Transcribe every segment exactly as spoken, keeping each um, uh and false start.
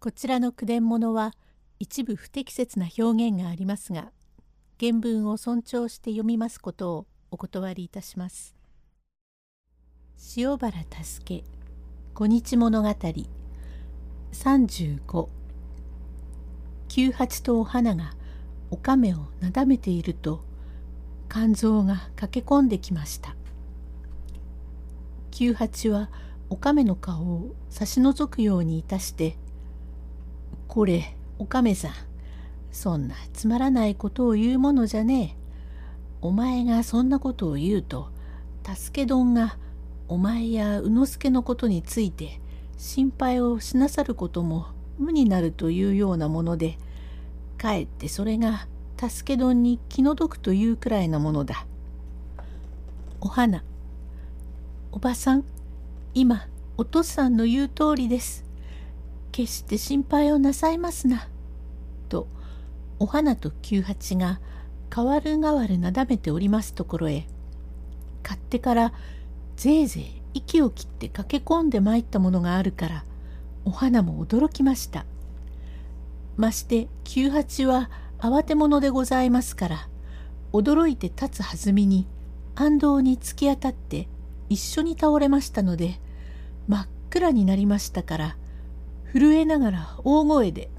こちらの句伝物は一部不適切な表現がありますが、原文を尊重して読みますことをお断りいたします。塩原助小日物語さんじゅうご。九八とお花がお亀をなだめていると、勘蔵が駆け込んできました。九八はお亀の顔を差し覗くようにいたして、これお亀さん、そんなつまらないことを言うものじゃねえ。お前がそんなことを言うと、助け丼がお前や宇之助のことについて心配をしなさることも無になるというようなもので、かえってそれが助け丼に気の毒というくらいなものだ。お花、おばさん、今お父さんの言う通りです。決して心配をなさいますな。とお花と九八が代わる代わるなだめておりますところへ、勝手からぜいぜい息を切って駆け込んでまいったものがあるから、お花も驚きました。まして九八は慌て者でございますから、驚いて立つはずみに暗道に突き当たって一緒に倒れましたので、真っ暗になりましたから、震えながら大声で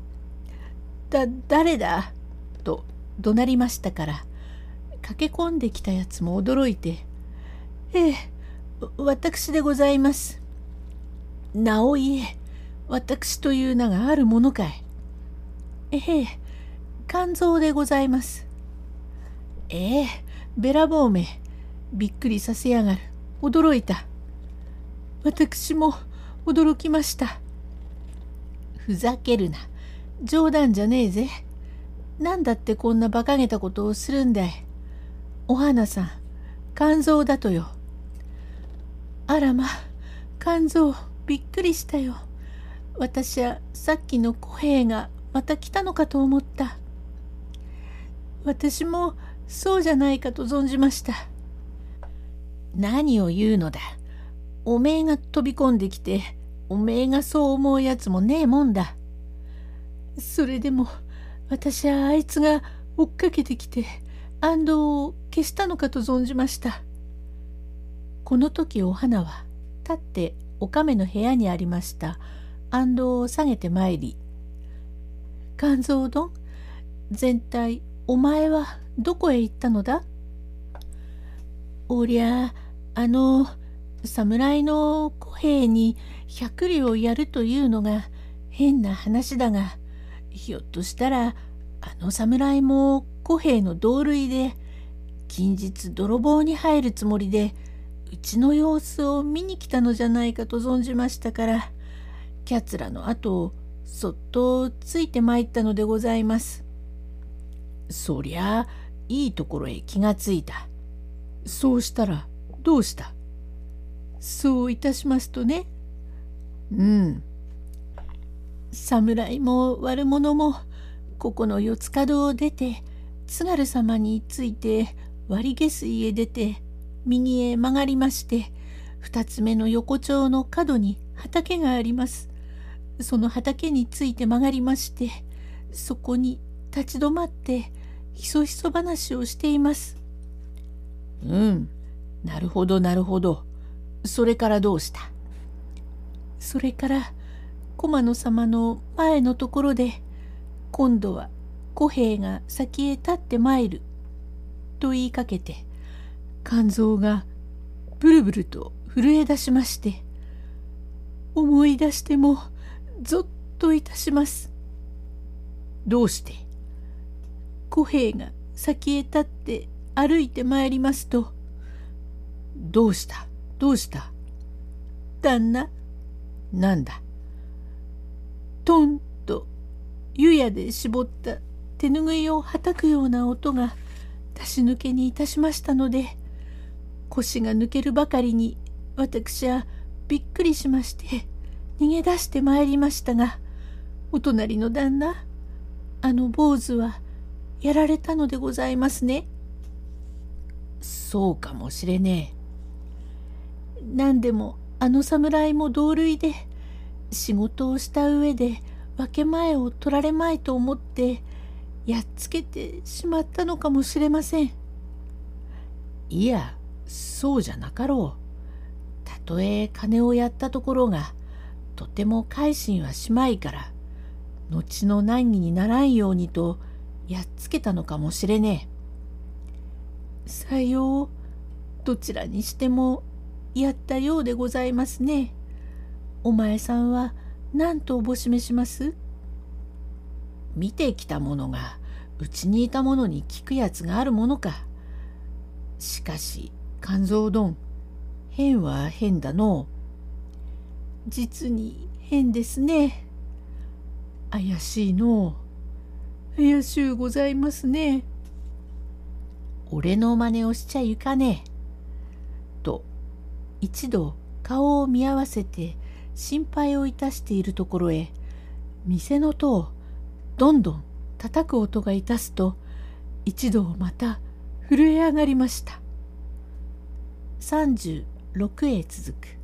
「だ、誰だ?」と怒鳴りましたから、駆け込んできたやつも驚いて「ええ、私でございます。名を言え、私という名があるものかい。ええ、勘蔵でございます。ええ、べらぼうめ、びっくりさせやがる。驚いた。私も驚きました。ふざけるな。冗談じゃねえぜ。なんだってこんな馬鹿げたことをするんだい。お花さん、勘蔵だとよ。あらま、勘蔵、びっくりしたよ。私はさっきの小平がまた来たのかと思った。私もそうじゃないかと存じました。何を言うのだ。おめえが飛び込んできて、おめえがそう思うやつもねえもんだ。それでも私はあいつが追っかけてきて暗道を消したのかと存じました。この時お花は立ってお亀の部屋にありました暗道を下げてまいり、勘蔵どん、全体お前はどこへ行ったのだ？おりゃあの侍の小平に百両やるというのが変な話だが、ひょっとしたらあの侍も小平の同類で、近日泥棒に入るつもりでうちの様子を見に来たのじゃないかと存じましたから、キャツラの後をそっとついてまいったのでございます。そりゃあいいところへ気がついた。そうしたらどうした？そういたしますとね。うん。侍も悪者もここの四つ角を出て、津軽様について割下水へ出て右へ曲がりまして、二つ目の横丁の角に畑があります。その畑について曲がりまして、そこに立ち止まってひそひそ話をしています。うん、なるほどなるほど。それからどうした？それから駒野様の前のところで、今度は小平が先へ立って参ると言いかけて、勘蔵がブルブルと震え出しまして、思い出してもぞっといたします。どうして？小平が先へ立って歩いて参りますと。どうしたどうした？旦那。なんだ？トンと湯屋で絞った手ぬぐいをはたくような音が出し抜けにいたしましたので、腰が抜けるばかりに私はびっくりしまして逃げ出してまいりましたが、お隣の旦那、あの坊主はやられたのでございますね。そうかもしれねえ。何でもあの侍も同類で、仕事をした上で分け前を取られまいと思ってやっつけてしまったのかもしれません。 いや、そうじゃなかろう。たとえ金をやったところがとても改心はしまいから、後の難儀にならんようにとやっつけたのかもしれねえ。さよう、どちらにしてもやったようでございますね。お前さんは何とおぼしめします？ 見てきたものがうちにいたものに聞くやつがあるものか。しかし勘蔵どん、変は変だのう。 実に変ですね。怪しいのう。怪しゅうございますね。 俺の真似をしちゃゆかねえ。 と一度顔を見合わせて心配をいたしているところへ、店の戸をどんどん叩く音がいたすと、一度また震え上がりました。さんじゅうろくへ続く。